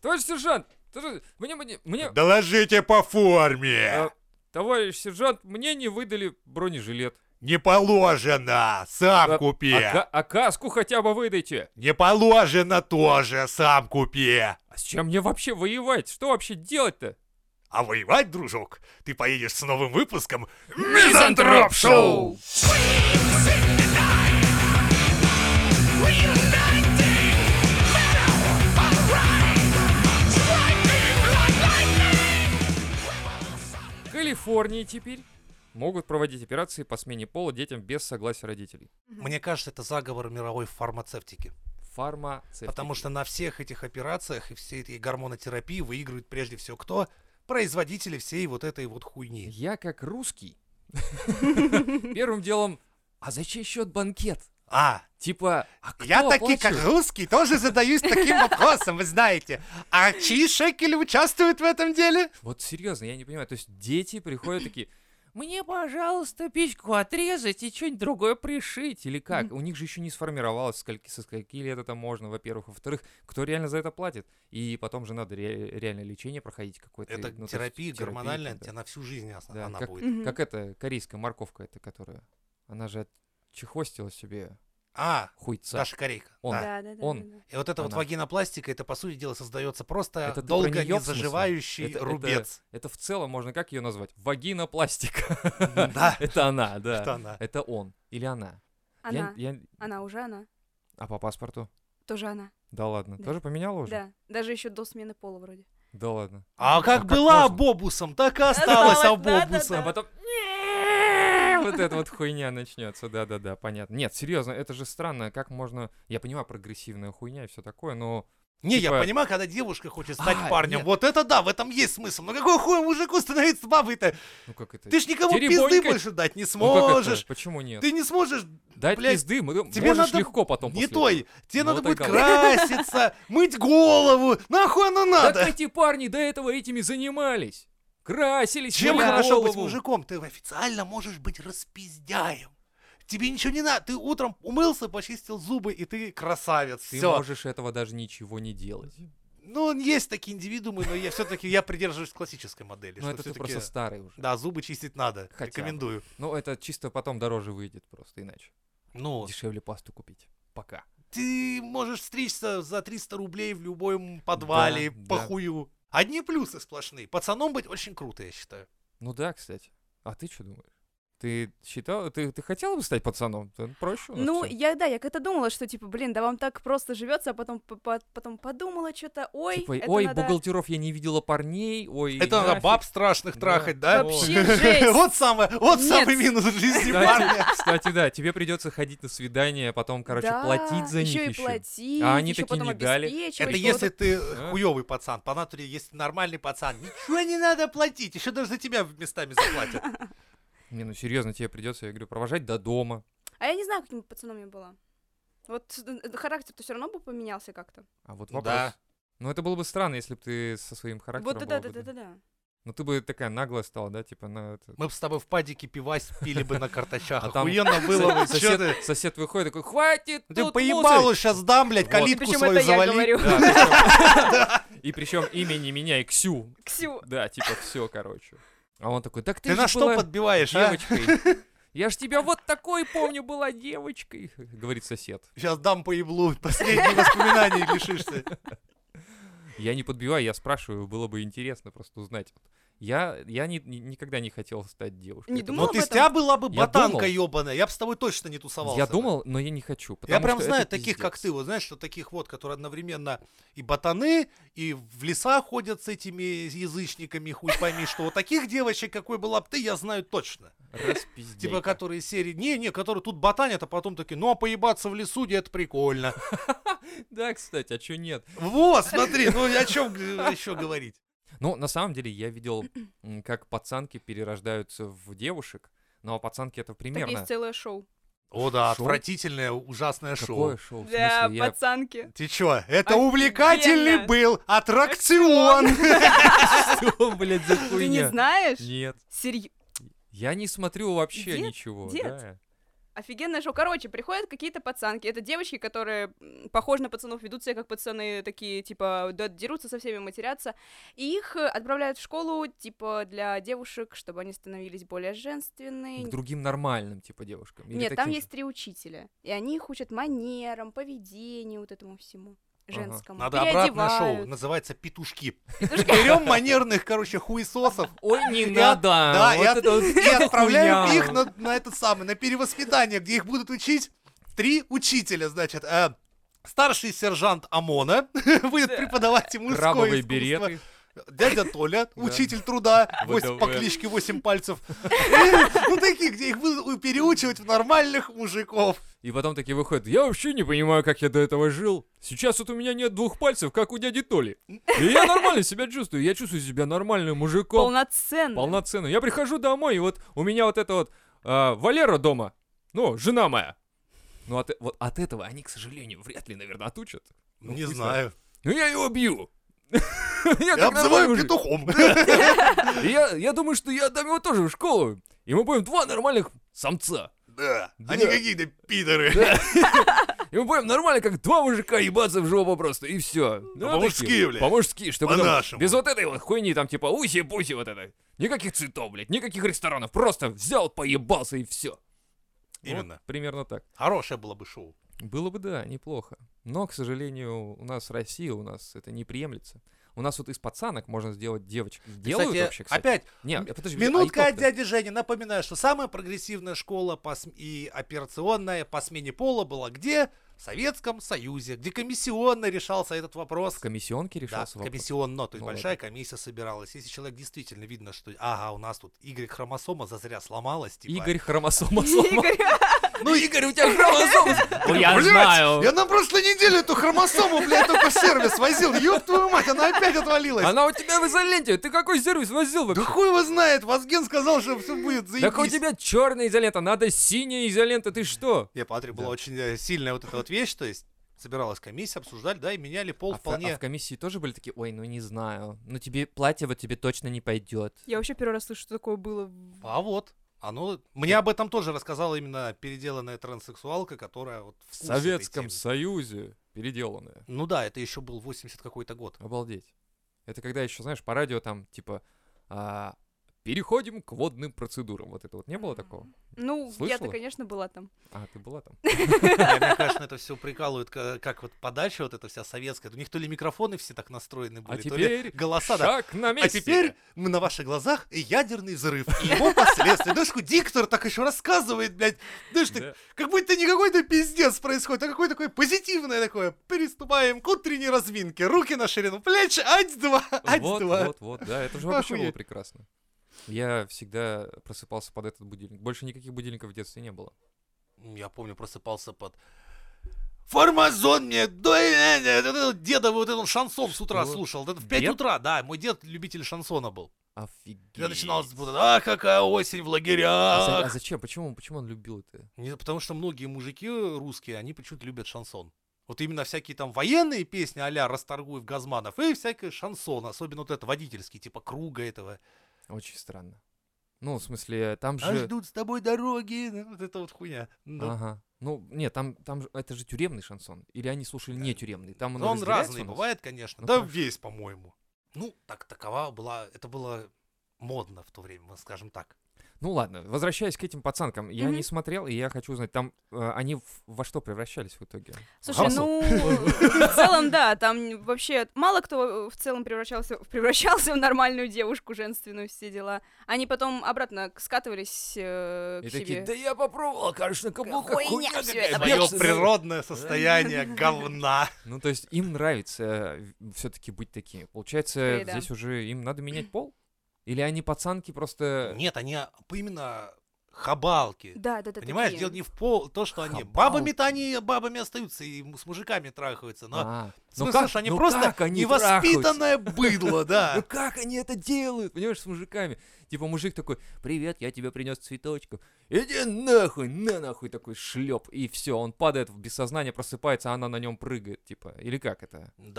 Товарищ сержант, мне... Доложите по форме. Товарищ сержант, мне не выдали бронежилет. Не положено, сам купи. А каску хотя бы выдайте. Не положено тоже, сам купи. А с чем мне вообще воевать? Что вообще делать-то? А воевать, дружок, ты поедешь с новым выпуском Мизантроп Шоу! В Калифорнии теперь могут проводить операции по смене пола детям без согласия родителей. Мне кажется, это заговор мировой фармацевтики. Фармацевтики. Потому что на всех этих операциях и всей этой гормонотерапии выигрывает прежде всего кто? Производители всей вот этой вот хуйни. Я как русский первым делом, а за чей счет банкет? Типа, а кто Я таки, как оплачивает? русский, тоже задаюсь таким вопросом, вы знаете. А чьи шекели участвуют в этом деле? Вот серьезно, я не понимаю. То есть дети приходят такие: мне, пожалуйста, пичку отрезать и что-нибудь другое пришить. Или как? У них же еще не сформировалось, со скольки лет это можно, во-первых. Во-вторых, кто реально за это платит? И потом же надо реально лечение проходить какое-то. Это ну, то терапия есть гормональная, да. тебе на всю жизнь Да, она как, будет. как это, корейская морковка, это которая, она же чехвостила себе хуйца. Даша Корейка. Он. Да. Он. И вот эта вот Она. вагинопластика, это, по сути дела, создается просто Это ты долго про неё, не в смысле? заживающий рубец. Это в целом можно как ее назвать? Вагинопластика. Да. Это она, да. Это она. Это он. Или она. Она. Я- Она уже она. А по паспорту? Тоже она. Да ладно. Да. Тоже поменяла уже? Да. Даже еще до смены пола вроде. Да ладно. А как как была можно? бобусом, так и осталась Осталась, да, бобусом. А потом... Вот эта вот хуйня начнется, да-да-да, понятно. Нет, серьезно, это же странно, как можно... Я понимаю, прогрессивная хуйня и все такое, но... Не, Типа- я понимаю, когда девушка хочет стать парнем, нет. вот это да, в этом есть смысл. Но какой хуй мужику становиться бабой-то? Ну как это? Ты ж никому пизды Теребонькать? больше дать не Ну, как это? сможешь. Почему нет? Ты не сможешь, Дать блядь, пизды, тебе можешь надо легко потом не после той. этого. Тебе Ну, надо будет так, краситься, мыть голову. Нахуй оно Так надо? эти парни до этого этими занимались. Красились, Чем мыли хорошо быть голову. мужиком? Ты официально можешь быть распиздяем. Тебе ничего не надо. Ты утром умылся, почистил зубы, и ты красавец. Ты Все. можешь этого даже ничего не делать. Ну, есть такие индивидуумы, но я все-таки придерживаюсь классической модели. Ну что это ты всё-таки- просто старый уже. Да, зубы чистить надо. Хотя бы. Рекомендую. Ну это чисто потом дороже выйдет просто иначе. Ну, Дешевле пасту купить. Пока. ты можешь стричься за 300 рублей в любом подвале, Да, по да. хую. Одни плюсы сплошные. Пацаном быть очень круто, я считаю. Ну да, кстати. А ты что думаешь? Ты считал, ты хотела бы стать пацаном? Это проще у нас Ну, всё. я как-то думала, что, типа, блин, да вам так просто живется, а потом подумала что-то, ой, Типа, это ой, надо... бухгалтеров я не видела парней, ой, Это надо нафиг. баб страшных Да. трахать, да? Вообще жесть. Вот самый Нет. минус жизни парня. Кстати, да, тебе придется ходить на свидание, а потом, короче, Да, платить за них еще и еще. платить, А они еще такие потом не дали. обеспечивать, Это что если вот ты А? хуёвый пацан. По натуре, если нормальный пацан, ничего не надо платить. Еще даже за тебя местами заплатят. Не, ну серьезно, тебе придется, я говорю, провожать до дома. А я не знаю, каким пацаном я была. Вот характер-то все равно бы поменялся как-то. А вот Да. вопрос. Ну это было бы странно, если бы ты со своим характером Вот была да, бы, да, да, да. Ну ты бы такая наглая стала, да, типа на это... Мы бы с тобой в падике пива пили бы на картачах. А там Охуенно было бы. Чё ты? Сосед выходит такой: хватит Ты тут поебалу сейчас дам, блядь, Вот. калитку Причем свою это я завали. говорю. мусорить. И причем имя не меняй, Ксю. Ксю. Да, типа все, короче. А он такой: так ты Ты же на что была подбиваешь, а? девочкой. Я ж тебя вот такой помню, была девочкой, говорит сосед. Сейчас дам по еблу, последние воспоминания лишишься. Я не подбиваю, я спрашиваю, было бы интересно просто узнать. Я никогда не хотел стать девушкой. Не Это думал Вот об из этом? тебя была бы Я ботанка думал. ебаная, я бы с тобой точно не тусовался. Я бы. думал, но я не хочу. Я потому прям что знаю это таких, как пиздец. ты, вот знаешь, что таких вот, которые одновременно и ботаны, и в леса ходят с этими язычниками, хуй пойми, что вот таких девочек, какой была бы ты, я знаю точно. Распиздейка. Типа, которые серии, не, которые тут ботанят, а потом такие, ну а поебаться в лесу, это прикольно. Да, кстати, а чё нет? Вот, смотри, ну о чем еще говорить? Ну, на самом деле, я видел, как пацанки перерождаются в девушек, но пацанки это Так примерно... есть целое шоу. О да, Шоу? отвратительное, ужасное Какое шоу. шоу? В Да, смысле, я... пацанки. Ты чё, это Офигенно. увлекательный был аттракцион! Что, блядь, за Ты не хуйня? знаешь? Нет. Серьезно? Я не смотрю вообще Дед? ничего. Дед? Да. Офигенное шоу. Короче, приходят какие-то пацанки. Это девочки, которые похожи на пацанов, ведут себя как пацаны, такие, типа, дерутся со всеми, матерятся. И их отправляют в школу, типа, для девушек, чтобы они становились более женственные. К другим нормальным, типа, девушкам. Или Нет, там таким есть 3 учителя. И они их учат манерам, поведению, вот этому всему женскому. Надо обратное шоу, Переодевают. называется «Петушки». Берем манерных, короче, хуесосов. Ой, не надо, надо! и отправляем их на этот самый, на перевоспитание, где их будут учить 3 учителя, значит. Старший сержант ОМОНа будет преподавать им мужское Крабовые искусство. береты. Дядя Толя, учитель труда, ВДВ. по кличке 8 пальцев. Ну, такие, где их будут переучивать в нормальных мужиков. И потом такие выходят, я вообще не понимаю, как я до этого жил. Сейчас вот у меня нет 2 пальцев, как у дяди Толи. И я нормально себя чувствую. Я чувствую себя нормальным мужиком. Полноценно. Полноценно. Я прихожу домой, и вот у меня вот это вот Валера дома. Ну, жена моя. Ну, вот от этого они, к сожалению, вряд ли, наверное, отучат. Ну, Не хуй знаю. Ну, я его бью. Я как обзываю нормальный мужик. петухом. И я думаю, что я отдам его тоже в школу. И мы будем 2 нормальных самца. Да, Да. они какие-то пидоры. И мы будем нормально, как 2 мужика, ебаться в жопу просто, и все. по-мужски, блядь. По-мужски, чтобы там По-нашему. без вот этой вот хуйни, там, типа, уси-пуси вот это. Никаких цветов, блядь, никаких ресторанов. Просто взял, поебался, и все. Именно. Примерно так. Хорошее было бы шоу. Было бы, да, неплохо. Но, к сожалению, у нас Россия, у нас это не приемлется. У нас вот из пацанок можно сделать девочек. Делают Кстати, вообще, кстати? опять, Не, подожди, минутка а от итог-то? дяди Жени. Напоминаю, что самая прогрессивная школа и операционная по смене пола была где? В Советском Союзе, где комиссионно решался этот вопрос. В комиссионке Да, решался вопрос? комиссионно, то есть Ну, большая комиссия собиралась. Если человек действительно видно, что, ага, у нас тут Y-хромосома зазря сломалась, типа. Игорь хромосома сломал. Игорь, Ну, Игорь, у тебя хромосома. Ну, я Блядь, знаю. Я на прошлой неделе эту хромосому, блядь, только в сервис возил. Ёб твою мать, она опять отвалилась. Она у тебя в изоленте. Ты какой сервис возил Да вообще? хуй его знает, Вазген сказал, что все будет заебись. Так у тебя черная изолента, надо синяя изолента, ты что? Не, смотри, была Да. очень сильная вот эта вот вещь, то есть собиралась комиссия, обсуждали, да, и меняли пол А вполне. в комиссии тоже были такие, ой, ну не знаю, ну тебе платье вот тебе точно не пойдет. Я вообще первый раз слышу, что такое было. А вот, оно... Мне об этом тоже рассказала именно переделанная транссексуалка, которая вот в В курсе этой Советском темы. Союзе переделанное. Ну да, это еще был 80 какой-то год. Обалдеть. Это когда еще, знаешь, по радио там, типа, переходим к водным процедурам. Вот это вот не было такого? Ну, Слышала? я-то, конечно, была там. А, ты была там? Мне, конечно, это все прикалывает, как вот подача вот эта вся советская. У них то ли микрофоны все так настроены А были, то ли теперь голоса, да. шаг на месте. А теперь мы на ваших глазах ядерный взрыв и его последствия. Знаешь, какой диктор так еще рассказывает, блядь. Знаешь, Да. так, как будто не какой-то пиздец происходит, а какое-то такое позитивное такое. Приступаем к утренней разминке. Руки на ширину плеч. Ать-два, ать-два. Вот, да, это же вообще было Охуеть. прекрасно. Я всегда просыпался под этот будильник. Больше никаких будильников в детстве не было. Я помню, просыпался под... Формазон мне, деда вот этот шансон с утра Что? слушал. Это в 5 Дед? утра, да, мой дед любитель шансона был. Офигеть. Я начинал с какая осень в А лагерях. зачем? Почему он любил это? Потому что многие мужики русские, они почему-то любят шансон. Вот именно всякие там военные песни а-ля Расторгуев, Газманов и всякое шансон, особенно вот это водительский, типа Круга этого. Очень странно. Ну, в смысле, там А же... ждут с тобой дороги, вот это вот хуйня. Да. Ага. Ну, нет, там же это же тюремный шансон. Или они слушали не тюремный? Там Но он разделяется разный у нас? бывает, конечно. Ну, Да хорошо. весь, по-моему. Ну, такова была, это было модно в то время, скажем так. Ну ладно, возвращаясь к этим пацанкам, я Мгм. не смотрел, и я хочу узнать, там они во что превращались в итоге? Слушай, Говно. ну, в целом, да, там вообще мало кто в целом превращался в нормальную девушку, женственную, все дела. Они потом обратно скатывались к И себе. такие, да я попробовал, конечно, каблуках Хуйня хуйня всё какая, это, Свое бешеная». природное состояние говна. Ну, то есть им нравится все-таки быть такими. Получается, Скорее, да. здесь уже им надо менять пол? Или они пацанки просто... Нет, они именно хабалки. Да. Понимаешь, такие. дело не в пол, то, что они... Хабалки. Бабами-то они бабами остаются и с мужиками трахаются, но... А, В ну смысле, как, что они ну просто как они невоспитанное быдло, Ну да. как они это делают, понимаешь, с мужиками? Типа мужик такой, привет, я тебе принес цветочков. Иди нахуй, на нахуй такой шлеп. И все, он падает в бессознание, просыпается, а она на нем прыгает, типа. Или как это? Да.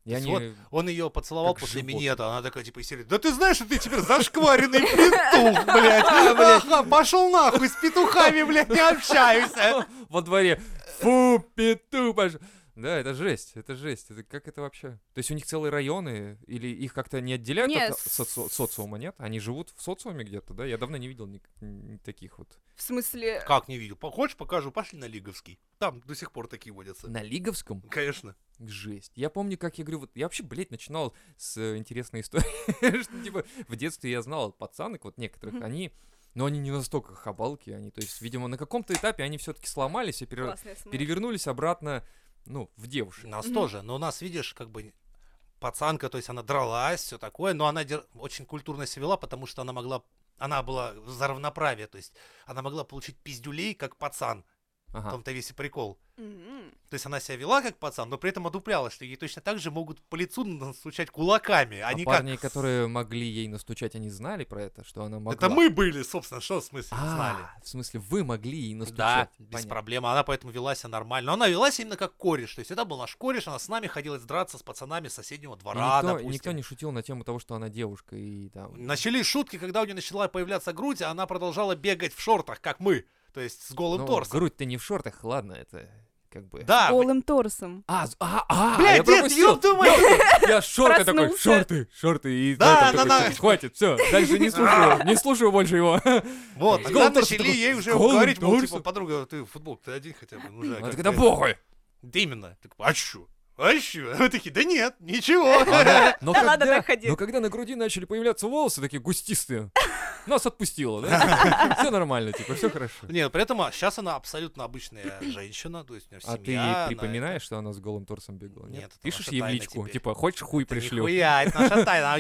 И они... Вот, он ее поцеловал как после животные. минета, она такая, типа, из серии, да ты знаешь, что ты теперь зашкваренный петух, блядь. Ага, пошел нахуй, с петухами, блядь, не общаюсь. Во дворе. Фу, петух пошел. Да, это жесть, это жесть. Это как это вообще? То есть у них целые районы, или их как-то не отделяют Нет, от социума, нет? Они живут в социуме где-то, да? Я давно не видел таких вот. В смысле... Как не видел? Хочешь, покажу, пошли на Лиговский. Там до сих пор такие водятся. На Лиговском? Конечно. Жесть. Я помню, как я говорю, вот я вообще, блядь, начинал с интересной истории, что, типа, в детстве я знал пацанок, вот некоторых, они, но они не настолько хабалки, они, то есть, видимо, на каком-то этапе они все-таки сломались и Классная СМР. перевернулись обратно, ну, в девушек. Нас тоже, но у нас, видишь, как бы пацанка, то есть она дралась, все такое, но она очень культурно себя вела, потому что она была за равноправие, то есть она могла получить пиздюлей, как пацан. В Ага. том-то весь и прикол. Мгм. То есть она себя вела как пацан, но при этом одуплялась, что ей точно так же могут по лицу настучать кулаками, а А не парни, как... которые могли ей настучать, они знали про это, что она могла? Это мы были, собственно, что в смысле знали. В смысле, вы могли ей Да, настучать? без Понятно. проблем. Она поэтому вела себя нормально. Но она вела себя именно как кореш. То есть это был наш кореш, она с нами ходила драться с пацанами с соседнего И двора, никто, допустим. никто не шутил на тему того, что она девушка и там... Начались шутки, когда у нее начала появляться грудь, а она продолжала бегать в шортах, как мы. То есть с голым Ну, торсом. грудь-то не в шортах, ладно, это как бы... Да, Голым торсом. Блядь, я дед, пропустил. ёб твою мать! Я шорты такой, Проснулся. шорты, и Да, на этом да, такой, да. хватит, все, дальше не слушаю больше его. Вот, С тогда голым торсом начали такой, ей уже с голым говорить, мол, типа, торсом. подруга, ты футболку ты один хотя бы, ну же. Она как такая, да бы». похуй. Да именно. Так, а чё? А чё? Мы такие, да нет, ничего. Но Да ладно, так ходил. но когда на груди начали появляться волосы такие густистые, нас отпустило, да? Все нормально, типа, все хорошо. Нет, при этом сейчас она абсолютно обычная женщина, то есть у нее А семья. ты ей она припоминаешь, что она с голым торсом бегала? Нет, Нет? это Пишешь наша ей в тайна личку, теперь. типа, хочешь хуй Да пришлю? нихуя, это наша тайна.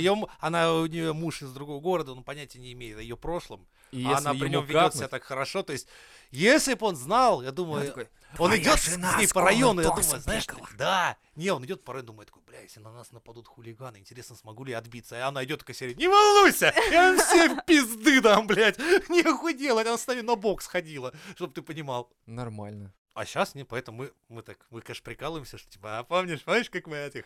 У нее муж из другого города, он понятия не имеет о ее прошлом. И А она если при ему нем ведет себя капнуть, так хорошо. То есть, если бы он знал, я думаю, она такой, он «Твоя идет с жена ней с по голым району, я торсом думаю, знаешь, бегала». да, не, он идет по району, думает, такой, бля, если на нас нападут хулиганы, интересно, смогу ли я отбиться? И она идет такая серия, не волнуйся, я им все пизды дам, блядь, нехуй делать, она с нами на бокс ходила, чтобы ты понимал. Нормально. А сейчас не, поэтому мы, конечно, прикалываемся, что типа, а помнишь, как мы этих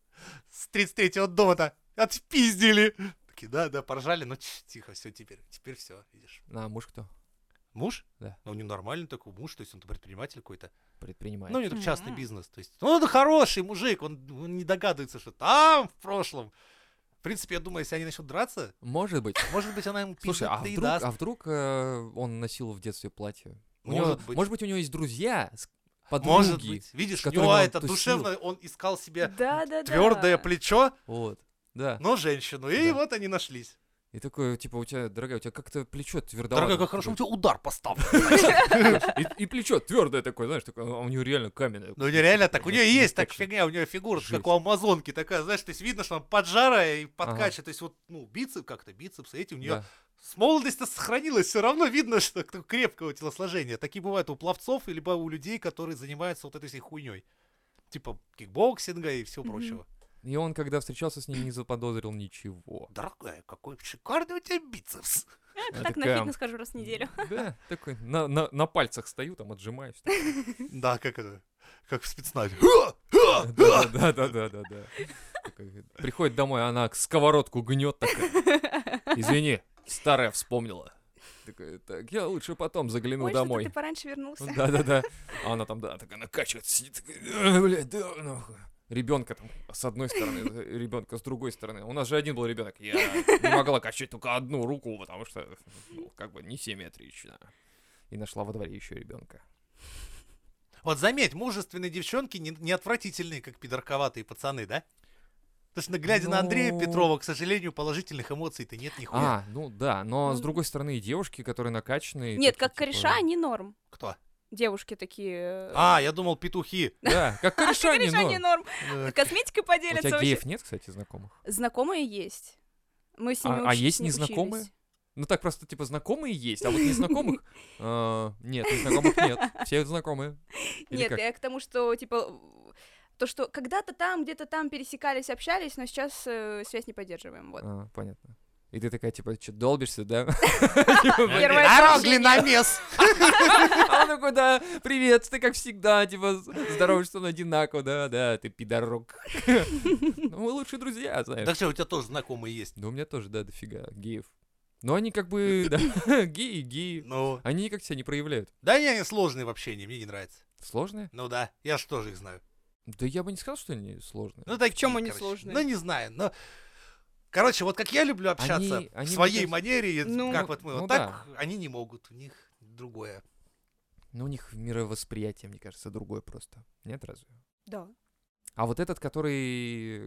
с 33-го дота отпиздили? Такие, да, поржали, ну тихо, все теперь все, видишь. А муж кто? Муж? Да. Ну, у него нормальный такой муж, то есть он предприниматель какой-то. Предприниматель. Ну, у него частный Мгм. бизнес, то есть, ну, он хороший мужик, он не догадывается, что там в прошлом. В принципе, я думаю, если они начнут драться, Может быть. может быть, она ему Слушай, пиздюк да и даст. а вдруг он носил в детстве платье? Может быть. У него есть друзья, Может подруги. быть. Видишь, с у которыми него он это тусил. душевно, он искал себе Да. твердое плечо, Вот, да. но женщину. И Да. вот они нашлись. И такой, типа, у тебя, дорогая, у тебя как-то плечо твердовато. Дорогая, как хорошо у тебя удар поставлен. И плечо твердое такое, знаешь, такое, а у него реально каменное. Ну, нереально так. У нее есть так Накачанное. фигня, у нее фигура, Жесть. как у амазонки такая, знаешь, то есть видно, что она поджарая и Ага. подкачивает. То есть вот, ну, бицепсы эти у нее Да. с молодости сохранилось, все равно видно, что крепкого телосложения. Такие бывают у пловцов, либо у людей, которые занимаются вот этой всей хуйней. Типа кикбоксинга и всего Мгм. прочего. И он, когда встречался с ней, не заподозрил ничего. Дорогая, какой шикарный у тебя бицепс. Она Так на такая, фитнес хожу раз в неделю. Да, такой, на пальцах стою, там отжимаюсь. Да, как это? Как в спецназе. Да. Такой, приходит домой, она сковородку гнет такая. Извини, старая вспомнила. Такая, так, я лучше потом загляну Ой, что-то домой. ты пораньше вернулся. Да. А она там, да, такая накачивает, сидит, такая, блядь, да, нахуй. Ребенка там с одной стороны, ребенка с другой стороны. У нас же один был ребенок. Я не могла качать только одну руку, потому что, ну, как бы не симметрично. И нашла во дворе еще ребенка. Вот заметь, мужественные девчонки не отвратительные, как пидорковатые пацаны, да? Потому что, глядя на Андрея Ну. Петрова, к сожалению, положительных эмоций-то нет нихуя. Ну да, но с Ну. другой стороны и девушки, которые накачанные. Нет, такие, как кореша, типа, они норм. Кто? Девушки такие... А, я думал, петухи. Да, как кореша, они, Кореша не но... норм. Э, Косметикой У поделятся тебя вообще. геев нет, кстати, знакомых? Знакомые есть. Мы с ними А есть с ними незнакомые? учились. Ну так просто, типа, знакомые есть, а вот незнакомых... Нет, незнакомых нет. Все знакомые. Или Нет, как? я к тому, что, типа, то, что когда-то там, где-то там пересекались, общались, но сейчас связь не поддерживаем, вот. Понятно. И ты такая, типа, что, долбишься, да? Первое Здорово, вторжение. глиномес! А он такой, да, привет, ты как всегда, типа, здороваешься он одинаково, да, ты пидорок. Ну, мы лучшие друзья, знаешь. Так что, у тебя тоже знакомые есть? Ну, у меня тоже, да, дофига геев. Но они как бы, да, геи. Ну, Они никак себя не проявляют. да не, они сложные в общении, мне не нравится. Сложные? Ну да, я же тоже их знаю. Да я бы не сказал, что они сложные. Ну, такие, чём они короче. сложные? Ну, не знаю, но... Короче, вот как я люблю общаться Они, в мне своей кажется, манере, и Ну, как вот мы, ну вот да. так они не могут, у них другое. Ну, у них мировосприятие, мне кажется, другое просто. Нет, разве? Да. А вот этот, который,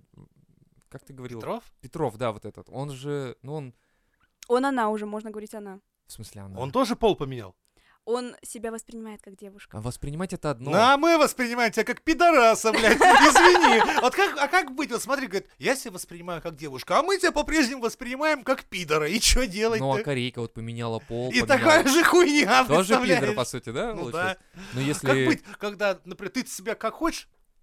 как ты говорил? Петров? Петров, да, вот этот. Он же, ну, он, Она уже, можно говорить она. в смысле, она. Он тоже пол поменял. Он себя воспринимает как девушка. А воспринимать это одно. Ну, а мы воспринимаем тебя как пидораса, блядь, извини. Вот как быть? Вот смотри, говорит, я себя воспринимаю как девушка, а мы тебя по-прежнему воспринимаем как пидора. И что Ну, а делать-то? корейка вот поменяла пол, И поменяла- такая же хуйня, Тоже представляешь? пидор, по сути, да? Ну получается? да. Но если... Как быть, когда, например, ты себя как хочешь,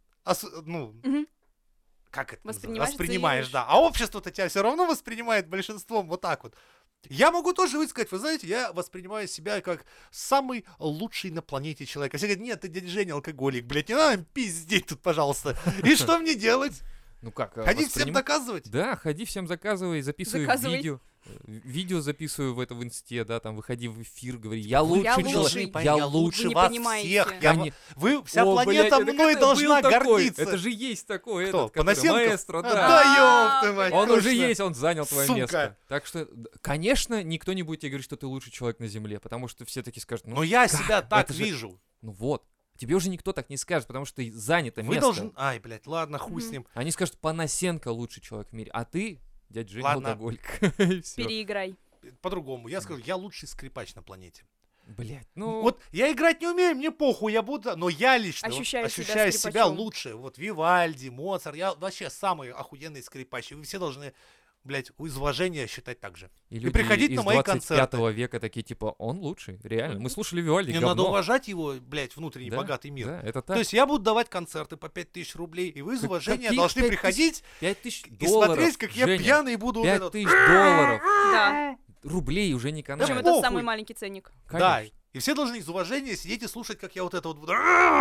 ну, Мгм. как это Воспринимаешь, воспринимаешь, ценишь. да. А общество-то тебя все равно воспринимает большинством вот так вот. Я могу тоже высказать, вы знаете, я воспринимаю себя как самый лучший на планете человек. А все говорят, нет, ты дядя Женя алкоголик, блядь, не надо пиздеть тут, пожалуйста. И что мне делать? Ну как, Ходить всем доказывать? Да, ходи всем заказывай, записывай Заказывай. видео. Видео записываю в это в инсте, да, там выходи в эфир, говори, я Вы лучший лучший. человек, должны я понять, лучше. Вы не вас понимаете. всех. Коне- Вы, вся О, планета блядь, мной это должна был такой, гордиться. Это же есть такой, Кто, этот, который Панасенков? маэстро, А, да. да, ёпта мать, Он уже точно. есть, он занял твое Сука. место. Так что, конечно, никто не будет тебе говорить, что ты лучший человек на Земле, потому что все таки скажут, Но я как? себя так Это же- вижу. ну вот. Тебе уже никто так не скажет, потому что занято Вы место. должны... Ай, блядь, ладно, хуй с Мгм. ним. Они скажут, Панасенко лучший человек в мире, а ты, дядя Женя, Ладно. алкоголик. И всё. Переиграй. По-другому. Я скажу, я лучший скрипач на планете. Блядь, ну... Вот я играть не умею, мне похуй, я буду... Но я лично вот Ощущаю себя ощущаю себя скрипачом. лучше. Вот Вивальди, Моцарт. Я вообще самый охуенный скрипач. И вы все должны, блядь, из уважения считать так же. И люди приходить из на мои 25 концерты. века такие, типа, он лучший, реально. Мы слушали Вивальди, Мне говно. надо уважать его, блядь, внутренний Да, богатый мир. Да, это То так. есть я буду давать концерты по 5000 рублей, и вы из Как- уважения каких должны 5000? приходить 5000 и долларов, смотреть, как я Женя, пьяный буду вот это вот. 5000 долларов. Да. Рублей уже не Причем канает. это похуй. самый маленький ценник. Да, Конечно. и все должны из уважения сидеть и слушать, как я вот это вот буду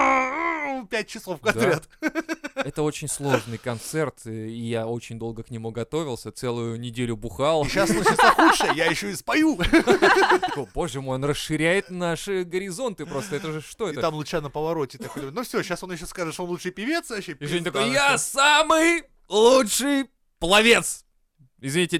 5 часов Да. подряд. Это очень сложный концерт, и я очень долго к нему готовился, целую неделю бухал. И сейчас случится худшее, я еще и спою. Такой, боже мой, он расширяет наши горизонты просто. Это же что И это? там луча на повороте такой, думаю, ну все, сейчас он еще скажет, что он лучший певец, вообще И Женя пизда такой, вообще. я самый лучший пловец. Извините,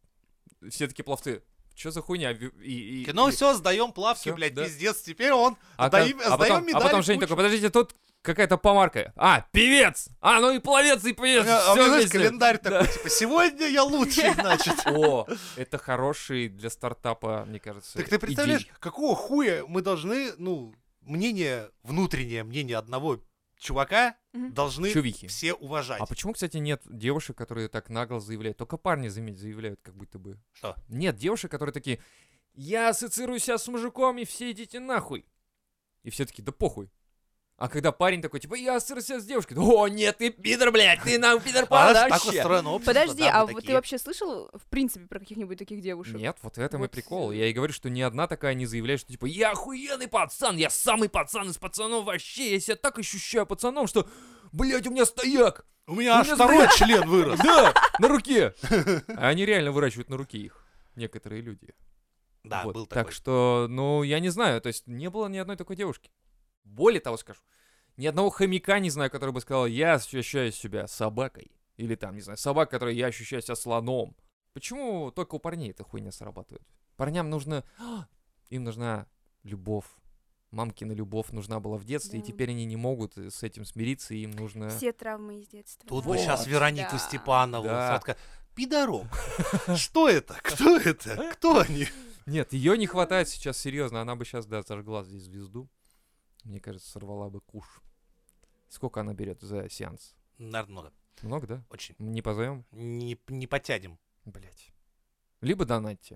все такие пловцы. Что за хуйня? Ну все, сдаем плавки, Всё, блядь, да. пиздец, теперь он. А, Сдаем как- а потом, медали а потом Женя кучу. такой, подождите, тут какая-то помарка. А, певец! А, ну и пловец, и певец. А у всё меня, знаешь, вместе. календарь Да. такой, типа, сегодня я лучший, значит. О, это хороший для стартапа, мне кажется, Так ты представляешь, идей. какого хуя мы должны, ну, внутреннее мнение одного чувака Мгм. должны Чувихи. все уважать. А почему, кстати, нет девушек, которые так нагло заявляют? Только парни, заметь, заявляют, как будто бы. Что? Нет девушек, которые такие, я ассоциирую себя с мужиком, и все идите нахуй. И все таки да похуй. А когда парень такой, типа, я ассоциирую себя с девушкой, о, нет, ты пидор, блядь, ты нам пидор А вообще. так устроено общество, Подожди, да, а мы вот ты такие. вообще слышал, в принципе, про каких-нибудь таких девушек? Нет, вот в этом и Вот, прикол. Я и говорю, что ни одна такая не заявляет, что типа, я охуенный пацан, я самый пацан из пацанов вообще, я себя так ощущаю пацаном, что, блядь, у меня стояк. У меня аж меня второй член вырос. Да, на руке. А они реально выращивают на руке их, некоторые люди. Да, Вот. был Так такой. что, ну, я не знаю, то есть не было ни одной такой девушки. Более того скажу, ни одного хомяка не знаю, который бы сказал, я ощущаю себя собакой. Или там, не знаю, собака, которая я ощущаю себя слоном. Почему только у парней эта хуйня срабатывает? Парням нужно... Им нужна любовь. Мамкина любовь нужна была в детстве, и Да. теперь они не могут с этим смириться, и им нужно... Все травмы из детства. Тут Вот. бы сейчас Веронику Да. Степанову. Да. Сладко. Пидорок. Что это? Кто это? Кто они? Нет, ее не хватает сейчас, серьезно. Она бы сейчас, да, зажгла здесь звезду. Мне кажется, сорвала бы куш. Сколько она берет за сеанс? Наверное, много. Много, да? Очень. Не позовем? Не потянем. Блять. Либо донатьте.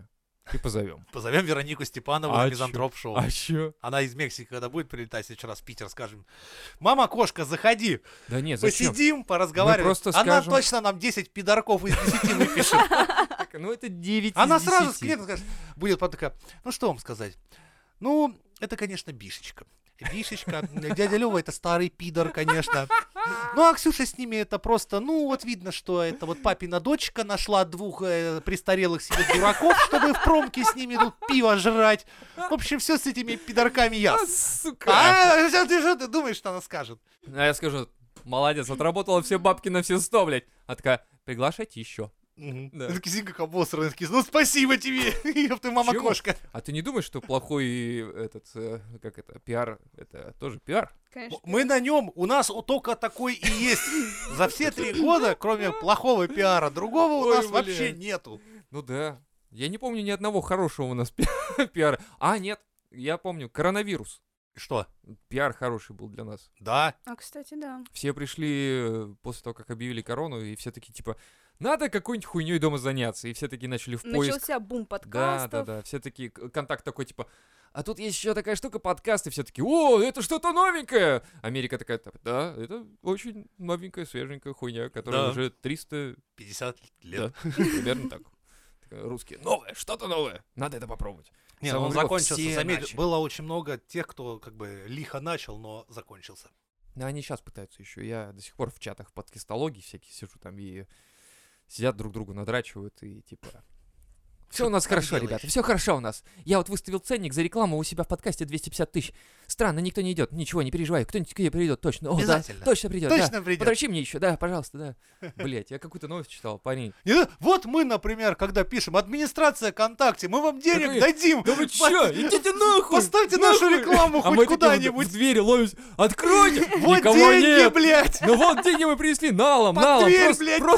и позовем. Позовем Веронику Степанову А на чё? Мизантроп-шоу. А чё? Она из Мексики, когда будет прилетать, в следующий раз в Питер, скажем: мама, кошка, заходи, Да нет, зачем? посидим, поразговариваем. Мы просто Она скажем- точно нам 10 пидорков из 10 выпишет. Так, ну это 9 Она из сразу 10. с клиентом скажет, будет потом такая: ну что вам сказать? Ну, это, конечно, Бишечка. Бишечка, дядя Лёва это старый пидор, конечно. Ну, а Ксюша с ними это просто, ну, вот видно, что это вот папина дочка нашла двух престарелых себе дураков, чтобы в промке с ними тут пиво жрать. В общем, все с этими пидорками А, ясно. сука! А, что ты думаешь, что она скажет? А я скажу, молодец, отработала все бабки на все 100, блядь. А такая, приглашайте еще. Да. Да. Такие, как обосранные, такие: ну, спасибо тебе, ёб ты, мама Чего? кошка. А ты не думаешь, что плохой этот, как это, пиар, это тоже пиар? Конечно. Мы на нем, у нас только такой и есть. За все 3 года, кроме плохого пиара, другого у Ой, нас блин. вообще нету. Ну да. Я не помню ни одного хорошего у нас пиара. А, нет, я помню, коронавирус. Что? Пиар хороший был для нас. Да. А, кстати, да. Все пришли после того, как объявили корону, и все такие, типа, надо какой-нибудь хуйней дома заняться. И все такие начали в поиск. Начался бум Да, подкастов. да, да. Все такие, контакт такой, типа, а тут есть еще такая штука, подкасты. Все такие, о, это что-то новенькое. Америка такая, да, это очень новенькая, свеженькая хуйня, которая Да. уже 300, 50 лет. да, примерно так. Такая, русские, новое, что-то новое, надо это попробовать. Не, Самого он времени закончился, все заметь, начали. было очень много тех, кто как бы лихо начал, но закончился. Да, они сейчас пытаются еще. Я до сих пор в чатах подкастологии всякие сижу там и сидят друг другу надрачивают и типа... Все у нас там хорошо, делаешь? ребята, все хорошо у нас. Я вот выставил ценник за рекламу у себя в подкасте 250 тысяч. Странно, никто не идет. Ничего, не переживай. Кто-нибудь к тебе придет, точно. О, да, Обязательно. точно придет. Да. Точно придет. Подрочи мне еще, да, пожалуйста, да. Блять, я какую-то новость читал, парень. Вот мы, например, когда пишем «Администрация ВКонтакте», мы вам денег Такой, дадим. Да вы чё, идите нахуй! Поставьте нашу нахуй!» рекламу А хоть мы такие куда-нибудь. в двери ловимся. Откройте! Вот Никого деньги, нет! блядь. Ну вот деньги мы принесли, налом, Под налом, дверь, просто, блядь,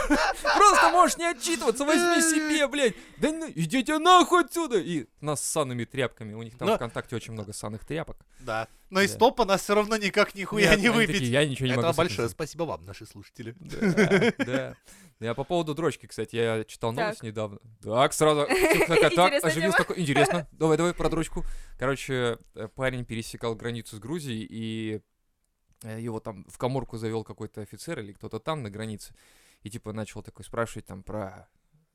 просто можешь не отчитываться, возьми себе, блядь, да идите нахуй отсюда, и нас с санными тряпками, у них там Но- ВКонтакте очень много санных тряпок. Да. Но из Да. топа нас все равно никак нихуя Нет, не они выпить. такие, я ничего не могу Это с этим большое сделать. спасибо вам, наши слушатели. Да, да. Я по поводу дрочки, кстати, я читал новость Так. недавно. Так, сразу, так, Интересная оживился тема. такой, интересно, давай про дрочку. Короче, парень пересекал границу с Грузией, и его там в каморку завел какой-то офицер или кто-то там на границе, и типа начал такой спрашивать там про,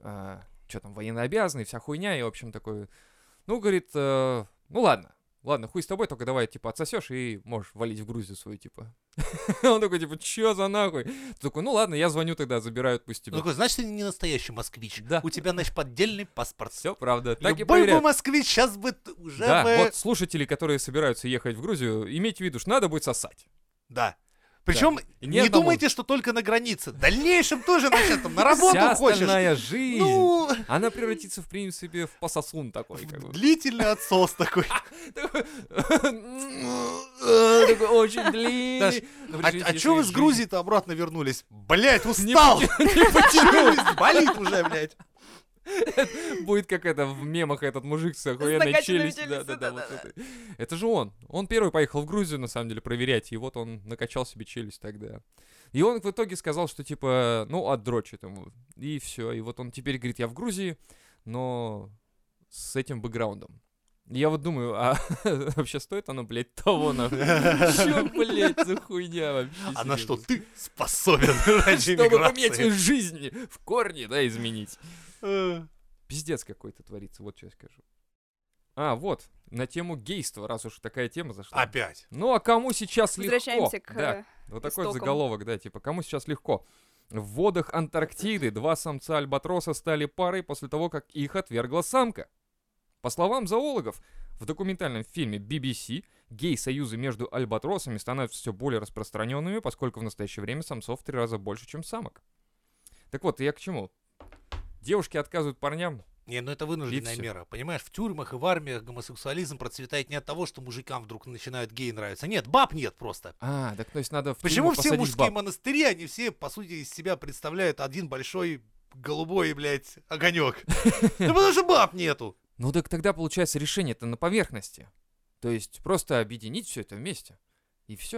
что там, военнообязанные, вся хуйня, и в общем такой, ну, говорит, ну ладно, хуй с тобой, только давай, типа, отсосешь и можешь валить в Грузию свою, типа. Он такой, типа, чё за нахуй? Ты такой, ну ладно, я звоню тогда, забирают, пусть Ну, тебя. такой, значит, ты не настоящий москвич. Да. У тебя, значит, поддельный паспорт. Все правда. Так и Любой бы проверяют. москвич сейчас бы уже Да, бы... вот слушатели, которые собираются ехать в Грузию, имейте в виду, что надо будет сосать. Да. Причем И не одному. думайте, что только на границе. В дальнейшем тоже начнет там на работу Вся хочешь. остальная жизнь, Ну, она превратится, в принципе, в пососун такой. как бы. длительный отсос такой. Такой такой очень Даш, длинный. на А протяжении чё вы своей с Грузии-то обратно вернулись? Блять, Не устал! Не потянулись. Челюсть болит уже, блядь. Будет как это в мемах этот мужик с охуенной накачанными челюстью. челюстью, Да-да-да, вот да-да-да. это. Это же он. Он первый поехал в Грузию, на самом деле, проверять. И вот он накачал себе челюсть тогда. И он в итоге сказал, что типа, ну, отдрочит ему. И все. И вот он теперь говорит, я в Грузии, но с этим бэкграундом. И я вот думаю, а вообще стоит оно, блядь, того нахуй? Чё, блядь, за хуйня вообще? А на что серьезно? ты способен ради Чтобы поменять свою миграции? жизнь в корне, да, изменить. Э, Пиздец какой-то творится, вот что я скажу. А, вот, на тему гейства, раз уж такая тема зашла. Опять. Ну, а кому сейчас легко? Возвращаемся к Да, вот такой вот истокам. заголовок, да, типа, кому сейчас легко? В водах Антарктиды 2 самца альбатроса стали парой после того, как их отвергла самка. По словам зоологов, в документальном фильме BBC гей-союзы между альбатросами становятся все более распространенными, поскольку в настоящее время самцов в 3 раза больше, чем самок. Так вот, я к чему? Девушки отказывают парням. Не, ну это вынужденная всё. мера. Понимаешь, в тюрьмах и в армиях гомосексуализм процветает не от того, что мужикам вдруг начинают геи нравиться. Нет, баб нет просто. А, так то есть надо в Почему тюрьму все посадить мужские баб? монастыри, они все, по сути, из себя представляют один большой голубой, блядь, огонек? Ну потому что баб нету. Ну так тогда получается решение-то на поверхности. То есть просто объединить все это вместе. И все.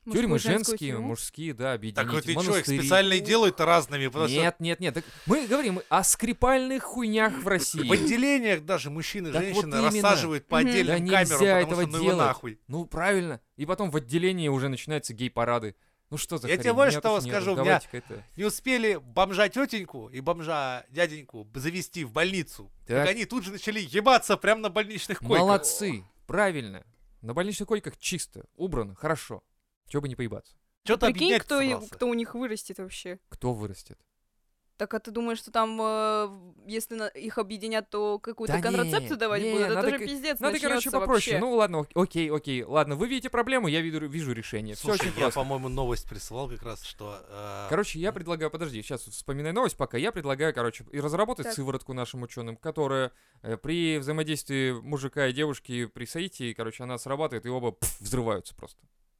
Тюрьмы Мужскую, женскую женские, тюрьму? мужские, да, объединить. Так вот и что, их монастыри. специально и делают-то разными, потому что Нет. Так мы говорим о скрипальных хуйнях в России. в отделениях даже мужчины и Так вот женщины именно. рассаживают по Мгм. отдельным Да камерам, нельзя потому этого что ну его делать. нахуй. Ну, правильно. И потом в отделении уже начинаются гей-парады. Ну что за Я хрень? тебе больше Нет того уж, нет, скажу, у меня давайте-ка это... Не успели бомжа тетеньку и бомжа дяденьку завести в больницу. Так. Так они тут же начали ебаться прямо на больничных койках. Молодцы, правильно. На больничных койках чисто, убрано, хорошо. Чего бы не поебаться. Что-то Прикинь, объединять собрался. кто у них вырастет вообще. Кто вырастет? Так а ты думаешь, что там, если их объединят, то какую-то Да контрацепцию не, давать не, будут? Это надо же к- пиздец Надо, короче, начнётся попроще. вообще. Ну ладно, окей. Ладно, вы видите проблему, я вижу решение. Все Слушай, очень я, просто. по-моему, новость присылал как раз, что... Короче, я предлагаю, подожди, сейчас вспоминай новость пока. Я предлагаю, короче, и разработать Так. сыворотку нашим ученым, которая при взаимодействии мужика и девушки при соитии, короче, она срабатывает, и оба взрываются просто.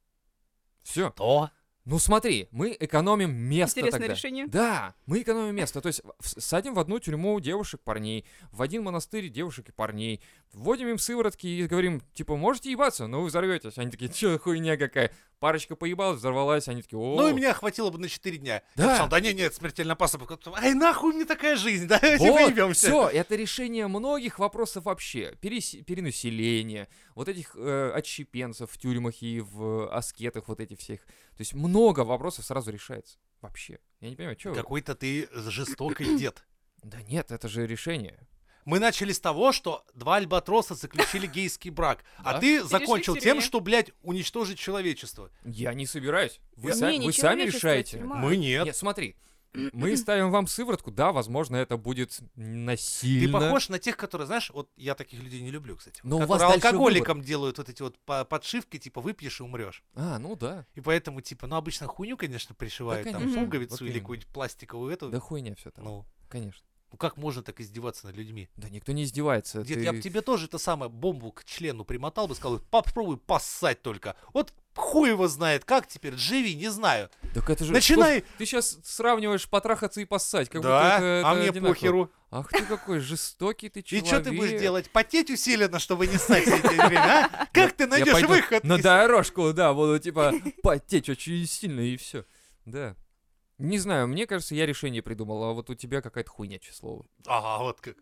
Все. То? Ну смотри, мы экономим место Интересное тогда. решение. Да, мы экономим место. То есть садим в одну тюрьму девушек, парней, в один монастырь девушек и парней, вводим им сыворотки и говорим, типа, можете ебаться, но вы взорветесь. Они такие, чё, хуйня какая. Парочка поебалась, взорвалась, они такие, о. Ну и меня хватило бы на 4 дня. Да. Я сказал, да нет, смертельно опасно. Ай, нахуй мне такая жизнь, давайте выебемся. Все, это решение многих вопросов вообще. Перенаселение, вот этих отщепенцев в тюрьмах и в аскетах, вот этих всех. То есть много вопросов сразу решается. Вообще. Я не понимаю, что... Какой-то ты жестокий дед. Да нет, это же решение. Мы начали с того, что 2 альбатроса заключили гейский брак, Да. а ты Перешли закончил к тем, тюрьме. что, блядь, уничтожить человечество. Я не собираюсь. Вы, Не, са- не вы сами человечество, а решаете. тюрьма. Мы нет. Нет, смотри. Мы ставим вам сыворотку, да, возможно, это будет Ты насильно. похож на тех, которые, знаешь, вот я таких людей не люблю, кстати. Но у вас которые дальше алкоголикам делают вот эти вот подшивки, типа выпьешь и умрешь. А, ну да. И поэтому, типа, ну обычно хуйню, конечно, пришивают, там конечно. пуговицу Вот или именно. какую-нибудь пластиковую эту. Да хуйня все там. Ну, Конечно. ну как можно так издеваться над людьми? Да никто не издевается. Дед, ты- я бы тебе тоже это самое бомбу к члену примотал бы, сказал, попробуй поссать только. Вот хуй его знает, как теперь, живи, не знаю. Так это же... Начинай. Слушай, ты сейчас сравниваешь потрахаться и поссать, как Да, будто это а мне одинаково. похеру. Ах ты какой жестокий ты И человек. что ты будешь делать? Потеть усиленно, чтобы не ссать все это время, а? Как ты Я найдешь пойду выход? на из- дорожку, да, буду типа потеть очень сильно и все. Да. Не знаю, мне кажется, я решение придумал, а вот у тебя какая-то хуйня, число. Ага, вот как.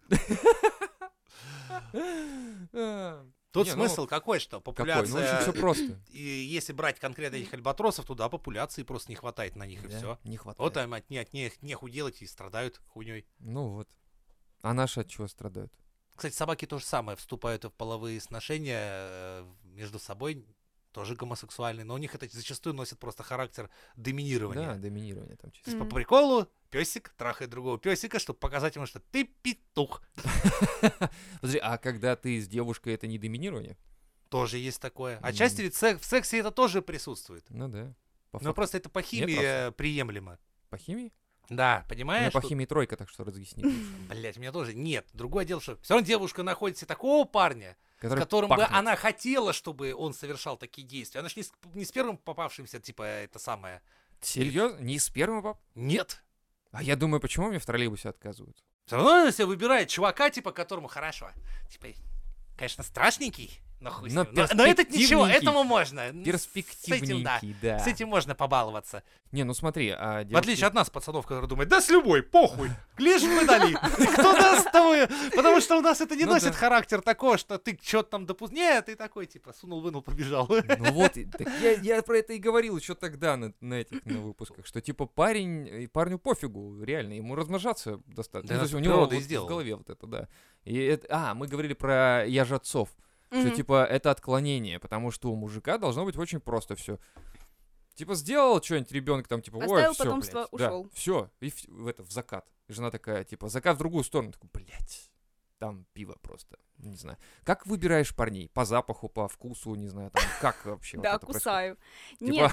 Тут смысл какой, что Какой? Ну, очень популяция... все просто. И если брать конкретно этих альбатросов, то да, популяции просто не хватает на них, и Да, все. не хватает. Вот им от них нехуй делать и страдают хуйней. Ну вот. А наши от чего страдают? Кстати, собаки то же самое, вступают в половые сношения между собой, тоже гомосексуальные, но у них это зачастую носит просто характер доминирования. Да, доминирование там чисто. По приколу песик трахает другого песика, чтобы показать ему, что ты петух. Подожди, а когда ты с девушкой, это не доминирование? Тоже есть такое. Мгм. Отчасти ведь в сексе это тоже присутствует. Ну да. По Но факту. просто это по химии приемлемо. По химии? Да, У меня понимаешь? по что- химии тройка, так что разъясни. Блять, у меня тоже нет. Другое дело, что все равно девушка находит себе такого парня, с Который которым бы пахнет. она хотела, чтобы он совершал такие действия. Она же не с первым попавшимся, типа, это самое. Серьезно? Не с первого пап? Нет. А я думаю, почему мне в троллейбусе отказывают? Все равно она себе выбирает чувака, типа, которому хорошо. Типа, конечно, страшненький, но хуй с Но ним. Но этот ничего, перспективненький. этому можно. С этим, да. Перспективненький, да. С этим можно побаловаться. Не, ну смотри, а В отличие от нас, пацанов, которые думают, да с любой, похуй, лишь бы дали. Кто даст того? Потому что у нас это не Ну носит да. характер такого, что ты что-то там допустил. Нет, ты такой, типа, сунул, вынул, побежал. Ну вот, так я про это и говорил еще тогда на этих на выпусках, что типа парню пофигу, реально, ему размножаться достаточно. Да Ну, то нас есть у него природа и вот в сделала. голове вот это, да. И мы говорили про яжатцов, что Мгм. типа это отклонение, потому что у мужика должно быть очень просто все. Типа сделал что-нибудь ребенок там, типа, ой, Оставил все, потомство, ушел. все, и в закат. И жена такая, типа, закат в другую сторону. Такой, блядь, там пиво просто, не знаю. Как выбираешь парней? По запаху, по вкусу, не знаю, там, как вообще? вот Да, это происходит? кусаю. Типа, Нет,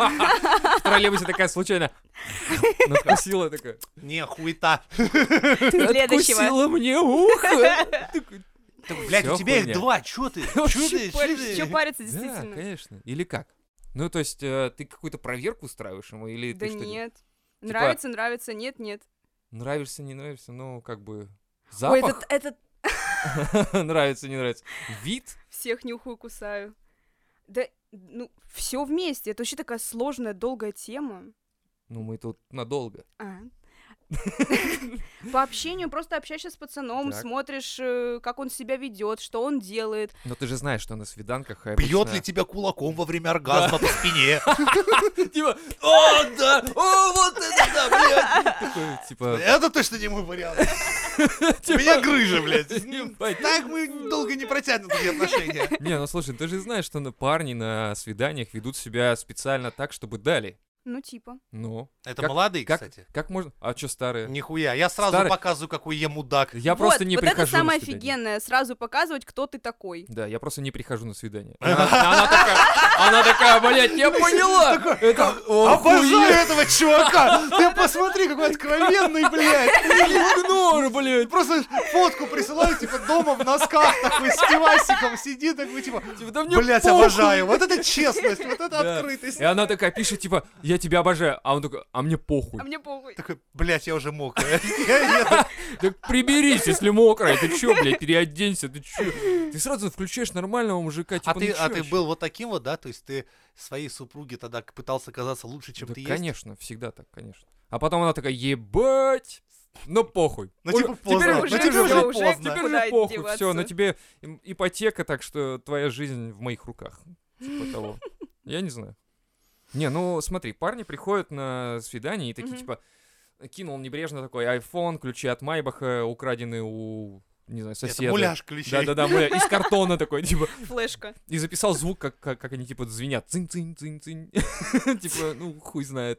в троллейбусе такая случайно надкусила такая. Не, хуета. следующего. Откусила мне ухо. Такой, Блять, Всё у тебя их хуйня. 2, чё ты? Чё ты? Чё Чё ты? париться, Да, действительно? конечно. Или как? Ну, то есть ты какую-то проверку устраиваешь ему, или Да ты что? нет. Типа- Нравится, нравится, нет, нет. Нравишься, не нравишься, ну, как бы Ой, запах этот нравится, не нравится. Вид? всех нюхаю, кусаю. Да, ну, все вместе. Это вообще такая сложная, долгая тема. Ну, мы тут надолго. А. По общению просто общаешься с пацаном, Так. смотришь, как он себя ведет, что он делает. Но ты же знаешь, что на свиданках Бьет обычно... ли тебя кулаком во время оргазма по спине? Типа, о, да, о, вот это да, блядь. Такой, типа, Это точно не мой вариант. У меня грыжа, блядь. Так мы долго не протянем такие отношения. Не, ну слушай, ты же знаешь, что парни на свиданиях ведут себя специально так, чтобы дали. Ну, типа. Ну, Это Как- молодые, как, кстати. как можно... А что старые? Нихуя. Я сразу Старый- показываю, какой я мудак. Я Вот, просто не вот прихожу это самое на свидание. офигенное, сразу показывать, кто ты такой. Да, я просто не прихожу на свидание. Она такая, блядь, я поняла. Это Обожаю этого чувака! Ты посмотри, какой откровенный, блядь! игнор, блядь. Просто фотку присылаю, типа, дома в носках такой, с пивасиком сидит, такой, типа, Типа, да мне блядь, похуй. обожаю. Вот это честность, вот это Да. открытость. И она такая пишет, типа, я тебя обожаю. А он такой, а мне похуй. А мне похуй. Такой, блядь, я уже мокрая. Я еду. Так приберись, если мокрая. Ты чё, блядь, переоденься, ты чё? Ты сразу включаешь нормального мужика, типа, А ты ну чё вообще? был вот таким вот, да? То есть ты своей супруге тогда пытался казаться лучше, чем Да, ты есть? конечно, всегда так, конечно. А потом она такая, ебать, ну похуй. Ну, Ой, типа, поздно. теперь Ну, уже, теперь уже уже поздно. поздно. Теперь Куда уже похуй, деваться? все, на тебе ипотека, так что твоя жизнь в моих руках. Типа того. Я не знаю. Не, ну смотри, парни приходят на свидание и такие, Мгм. типа, кинул небрежно такой iPhone, ключи от Майбаха, украденные у, не знаю, соседа. Это муляж ключей. Да-да-да, муляж. Из картона такой, типа, Флешка. и записал звук, как они, типа, звенят. Цинь-цинь-цинь-цинь. Типа, ну, хуй знает.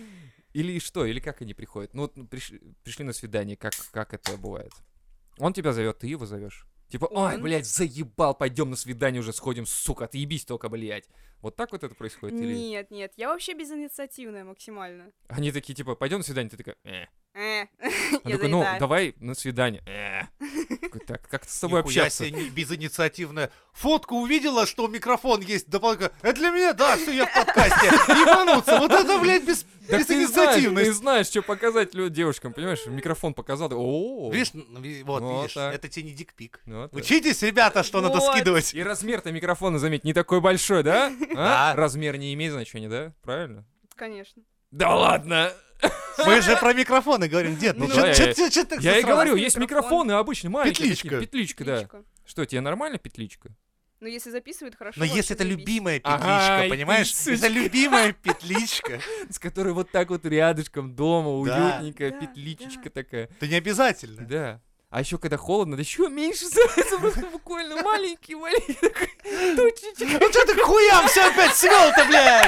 Или что, или как они приходят. Ну, вот пришли на свидание, как это бывает. Он тебя зовет, ты его зовешь. Типа, ой, Он. блядь, заебал, пойдем на свидание уже сходим, сука, отъебись только, блядь. Вот так вот это происходит? Или Нет, нет, я вообще безинициативная максимально. они такие, типа, пойдем на свидание, ты такая, Он Я такой, ну, занята. давай на свидание. Такой, так, как с тобой Нихуя общаться? себе безинициативная. Фотку увидела, что микрофон есть. Это для меня, да, все, я в подкасте. Ебануться. Вот это, блядь, Так ты безинициативность. знаешь, что показать девушкам, понимаешь? Микрофон показал, ты, о Видишь, вот, Вот видишь, так. это тебе не дикпик. Ну, так. Учитесь, ребята, что надо Вот. скидывать. И размер-то микрофона, заметь, не такой большой, да? А? Да. Размер не имеет значения, да? Правильно? Конечно. Да ладно! Мы же про микрофоны говорим, дед. Ну Ну, да, чё ты так Я и засрался? говорю, есть микрофон. микрофоны обычные, маленькие. Петличка. такие, Петличка, да. Петличка. Что, тебе нормально петличка? Ну, если записывает, хорошо. Но вообще если это заебись. любимая Ага, петличка, и понимаешь? ты, сучка. Это любимая петличка. С которой вот так вот рядышком дома, Да. уютненькая, Да, петличечка да. такая. Это не обязательно. Да. А еще когда холодно, да еще меньше становится, просто буквально маленький такой тучечек. Ну что ты к хуям все опять свел-то, блядь?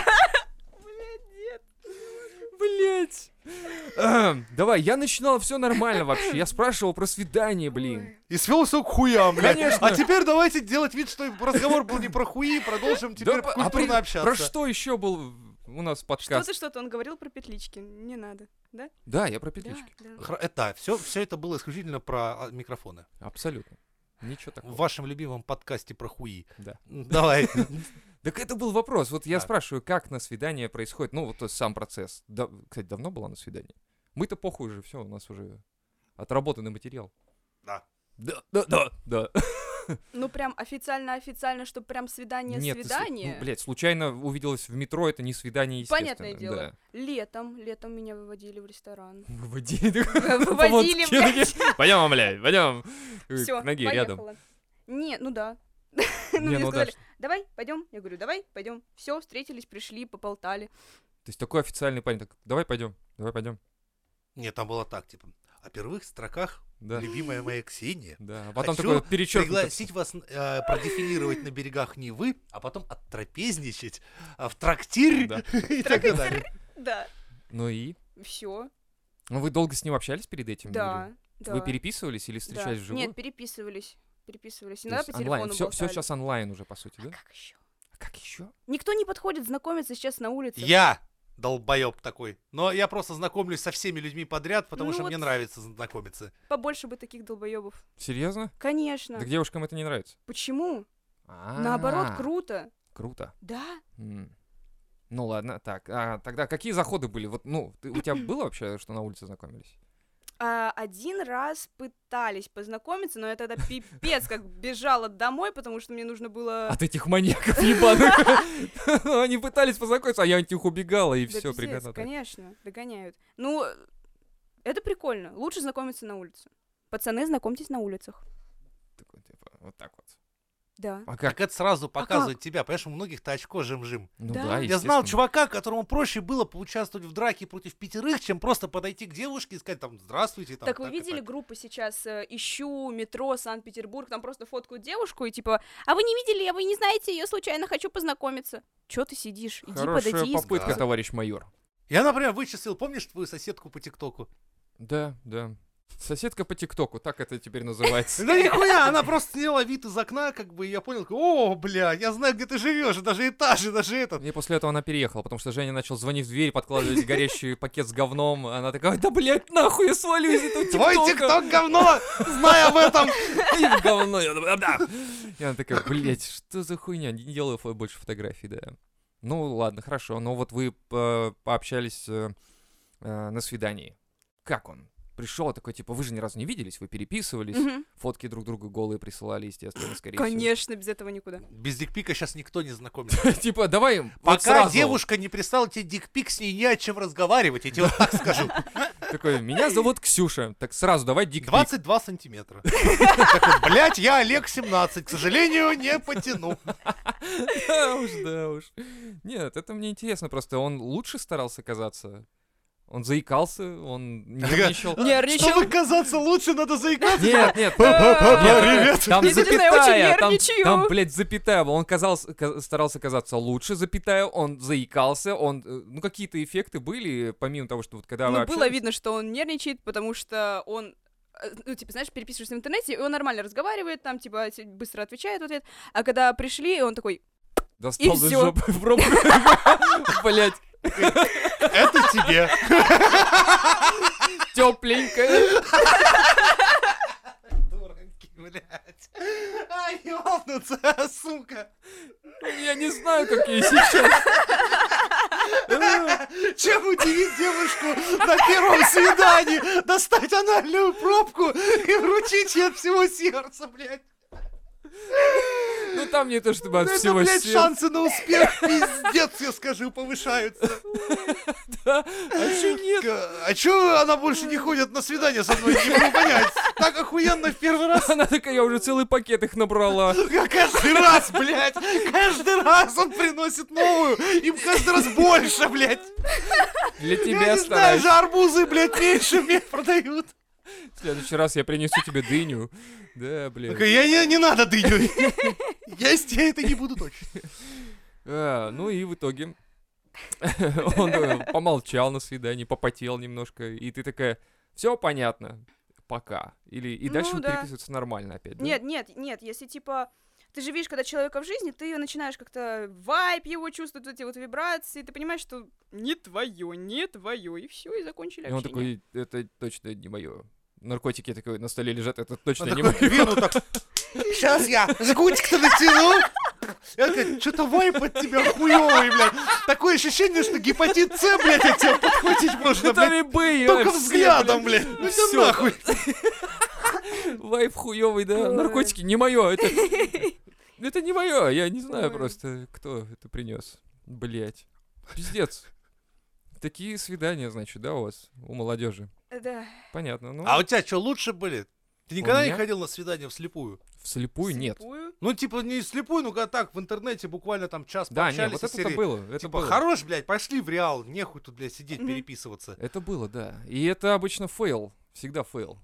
Блять. Давай, я начинал все нормально вообще. Я спрашивал про свидание, блин. И свел все к хуям, блядь. Конечно. А теперь давайте делать вид, что разговор был не про хуи, продолжим теперь Да, культурно общаться. Про что еще был у нас подкаст? Что-то он говорил про петлички. Не надо. Да? Да, я про петлички. Да. Да, все это было исключительно про микрофоны. Абсолютно. Ничего В такого. вашем любимом подкасте про хуи. Да. Давай. Так это был вопрос. Вот я Так. спрашиваю, как на свидание происходит. Ну, вот сам процесс. Кстати, давно была на свидании? Мы-то похуй уже, все, у нас уже отработанный материал. Да. Да. Ну, прям официально, что прям Нет, свидание. ну, блядь, случайно увиделась в метро, это не свидание, естественно. Понятное дело. Да. Летом меня выводили в ресторан. Выводили. Выводили, блядь. Пойдем, блядь, пойдем. Все, К ноге рядом. Не, ну да. Не, Мне ну да. сказали, давай, пойдем. Я говорю, давай, пойдем. Все, встретились, пришли, поболтали. То есть такой официальный парень, так, давай пойдем. Нет, там было так, типа, о первых строках Да. любимая моя Ксения. Да, а потом Хочу такой перечеркнутый. пригласить вас продефинировать на берегах Невы, а потом оттрапезничать в трактире Да. и так далее. Да, Ну и? все. Ну вы долго с ним общались перед этим? Да, или да. Вы переписывались или да. встречались вживую? Нет, переписывались. Переписывались. То Иногда есть по онлайн. телефону Все болтали. сейчас онлайн уже, по сути, да? Как еще? А как еще? Никто не подходит знакомиться сейчас на улице. Я долбоеб такой. Но я просто знакомлюсь со всеми людьми подряд, потому Ну что вот. мне нравится знакомиться. Побольше бы таких долбоебов. Серьезно? Конечно. Так девушкам это не нравится? Почему? Наоборот, А, круто. Круто. Да. Ну ладно, так. А тогда какие заходы были? Вот, ну, у тебя было вообще, что на улице знакомились? Один раз пытались познакомиться, но я тогда пипец как бежала домой, потому что мне нужно было... От этих маньяков ебаных. Они пытались познакомиться, а я от них убегала, и Да все, пиздец, примерно так. конечно, догоняют. Ну, это прикольно. Лучше знакомиться на улице. Пацаны, знакомьтесь на улицах. Такой, типа, вот так вот. Да. А Так как? это сразу показывает как? тебя, понимаешь, у многих-то очко жим-жим. Ну Да. да, Я знал естественно. чувака, которому проще было поучаствовать в драке против 5, чем просто подойти к девушке и сказать там «Здравствуйте». Там, Так вы и видели так. группы сейчас «Ищу», «Метро», «Санкт-Петербург», там просто фоткают девушку и типа «А вы не видели, а вы не знаете ее случайно, хочу познакомиться». Чё ты сидишь? Иди Хорошая подойди и попытка, Да. товарищ майор. Я, например, вычислил, помнишь твою соседку по ТикТоку? Да, да. Соседка по ТикТоку, так это теперь называется. Да нихуя, она просто сняла вид из окна, как бы, и я понял, о, бля, я знаю, где ты живешь, и даже этаж, и даже этот. И после этого она переехала, потому что Женя начал звонить в дверь, подкладывать горящий пакет с говном. Она такая, да, блядь, нахуй, я свалю из этого Твой ТикТока. ТикТок говно, знай об этом. И в говно. Я такой, да. И она такая, блядь, что за хуйня? Не делаю больше фотографий, да. Ну, ладно, хорошо. Но вот вы пообщались на свидании. Как он? Пришел такой, типа, вы же ни разу не виделись, вы переписывались, Мгм. фотки друг другу голые присылали, естественно, скорее всего. Конечно, без этого никуда. Без дикпика сейчас никто не знакомится. Типа, давай вот Пока сразу. девушка не прислала тебе дикпик, с ней не о чем разговаривать, я тебе вот так скажу. Такой, меня зовут Ксюша. Так сразу давай дикпик. 22 сантиметра. Такой, блядь, я Олег 17, к сожалению, не потяну. Да уж. Нет, это мне интересно просто. Он лучше старался казаться? Он заикался, он нервничал. Нервничал. Чтобы казаться лучше, надо заикаться. Нет, нет, Привет. там Я действительно очень запятая, нервничаю. там, блядь, запятая. Он старался казаться лучше, запятая, он заикался, он, ну, какие-то эффекты были, помимо того, что вот когда вы Ну, было общались. видно, что он нервничает, потому что он ну, типа, знаешь, переписываешься в интернете, и он нормально разговаривает, там, типа, быстро отвечает в ответ, а когда пришли, он такой, Достал и из всё. жопы в пробку. Блядь, Это тебе. тепленькая. Дураки, блядь. Ай, ёбнуться, сука. Я не знаю, какие сейчас. Чем удивить девушку на первом свидании? Достать анальную пробку и вручить ей от всего сердца, блядь. Ну, там не то, чтобы от Ну, это, всего блядь, сердца. шансы на успех, пиздец, я скажу, повышаются. Да. А чё нет? А чё она больше не ходит на свидание со мной, не могу понять. Так охуенно в первый раз. Она такая, я уже целый пакет их набрала. Каждый раз, блядь, каждый раз он приносит новую, им каждый раз больше, блядь. Для Я тебя не знаю, стараюсь. же арбузы, блядь, меньше мне продают. В следующий раз я принесу тебе дыню. Да, блин. Такая, не надо дыню. Есть я это не буду точно. Ну и в итоге он помолчал на свидании, попотел немножко, и ты такая, все понятно, пока. И Ну дальше да. переписываться нормально опять, да? нет, если, типа, ты же видишь, когда человека в жизни, ты начинаешь как-то вайб его чувствовать, эти вот вибрации, ты понимаешь, что не твое, и все, и закончили И он общение. такой, это точно не мое. Наркотики такой на столе лежат, это точно Он не такой, мое. вену так, сейчас я жгутик-то натяну. Я такая, что-то вайп от тебя хуёвый, блядь. Такое ощущение, что гепатит С, блядь, от тебя подхватить можно, блядь. Витамин Б, Только взглядом, блядь. Ну всё Всё. нахуй. Вайп хуёвый, да. Ой. Наркотики не мое. Это не мое. Я не знаю Ой. просто, кто это принес. Блять. Пиздец. Такие свидания, значит, да, у вас, у молодежи. Да. Понятно. Ну, А у тебя что, лучше были? Ты никогда не меня? ходил на свидание вслепую? вслепую нет. Слепую. Ну, типа, не вслепую, ну, когда так, в интернете буквально там час Да, не, пообщались вот из это-то серии, было. Это Типа, было. хорош, блядь, пошли в Реал, нехуй тут, блядь, сидеть, Мгм. переписываться. Это было, да. И это обычно фейл. Всегда фейл.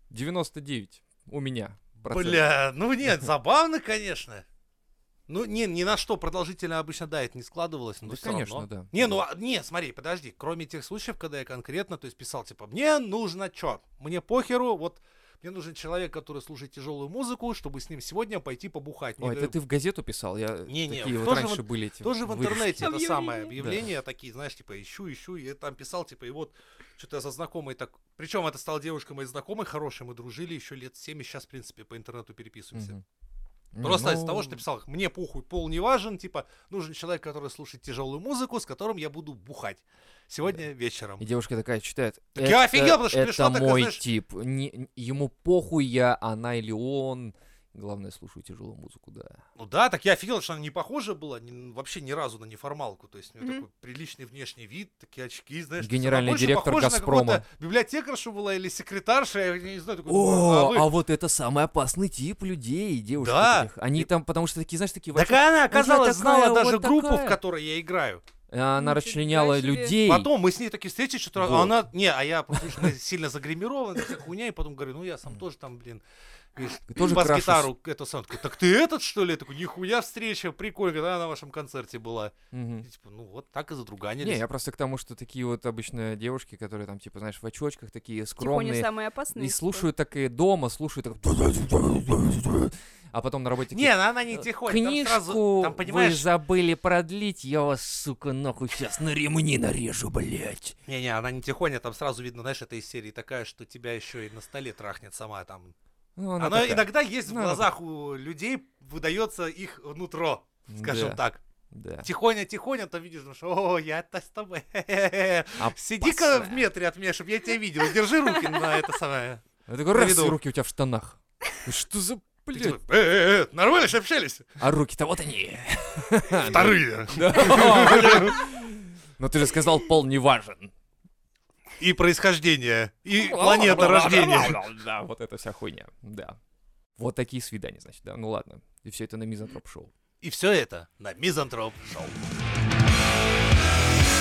99 у меня. процентов. Бля, ну нет, забавно, конечно. Ну, ни на что продолжительно обычно, да, это не складывалось, но Да, всё конечно, равно. да. Не, ну, не, смотри, подожди, кроме тех случаев, когда я конкретно, то есть писал, типа, мне нужно чё? Мне похеру, вот, мне нужен человек, который слушает тяжелую музыку, чтобы с ним сегодня пойти побухать. Мне Ой, это говорю, ты в газету писал? Я Не-не, такие вот тоже раньше в- были эти тоже в вырезки. интернете это самое Объявления. объявления такие, знаешь, типа, ищу, и я там писал, типа, и вот, что-то я за знакомой так... Причем это стала девушка моей знакомой, хорошей, мы дружили еще лет 7, и сейчас, в принципе, по интернету переписываемся. Мгм. Просто из Ну, того, что ты писал, мне похуй, пол не важен, типа, нужен человек, который слушает тяжелую музыку, с которым я буду бухать сегодня вечером. И девушка такая читает. Так я офигел, потому что это пришла такая, мой знаешь- тип. Ему похуй я, она или он. Главное, слушаю тяжелую музыку, да. Ну да, так я офигел, что она не похожа была вообще ни разу на неформалку. То есть у нее Мгм. такой приличный внешний вид, такие очки, знаешь. Генеральный она больше директор похожа на «Газпрома». какую-то библиотекаршу была или секретарша, я не знаю. Такой, О, вы- а вот это самый опасный тип людей, девушек. Да. Этих. Они там, потому что такие, знаешь, такие... Так вообще- она, оказалось, такая, знала вот даже группу, такая. в которой я играю. Она Нифига расчленяла себе. людей. Потом мы с ней такие встретились, что-то, Вот. а она, не, а я, потому что мы сильно загримированы, вся хуйня, и потом говорю, ну я сам тоже там, блин, говоришь, Тоже бас-гитару, это сам, такой, так ты этот, что ли? Я такой, нихуя встреча, прикольно, когда она на вашем концерте была. Мгм. И, типа, ну вот так и задруганились. Не, я просто к тому, что такие вот обычно девушки, которые там, типа, знаешь, в очочках, такие Тихоня скромные, самые опасные. и слушают так и дома, слушают так... А потом на работе такие, Не, ну она не тихонько, там книжку сразу, там, вы понимаешь, забыли продлить, я вас, сука, нахуй сейчас на ремни нарежу, блядь. не, она не тихоня, там сразу видно, знаешь, это из серии такая, что тебя еще и на столе трахнет сама там. Ну, Она такая. иногда есть в Ну, она глазах у людей, выдается их нутро, скажем Да, так. да. Тихоня, то видишь, ну что, о, я-то с тобой. Сиди-ка в Опасно. метре от меня, чтобы я тебя видел. Держи руки на это самое. Я такой, раз, Приведу. и руки у тебя в штанах. Ну Что за, Ты блядь? типа, нормально же общались? А руки-то вот они. Вторые. Но ты же сказал, пол не важен. И происхождение, и планета рождения. Да, вот эта вся хуйня, да. Вот такие свидания, значит, да. Ну ладно. И все это на Мизантроп Шоу. И все это на Мизантроп Шоу.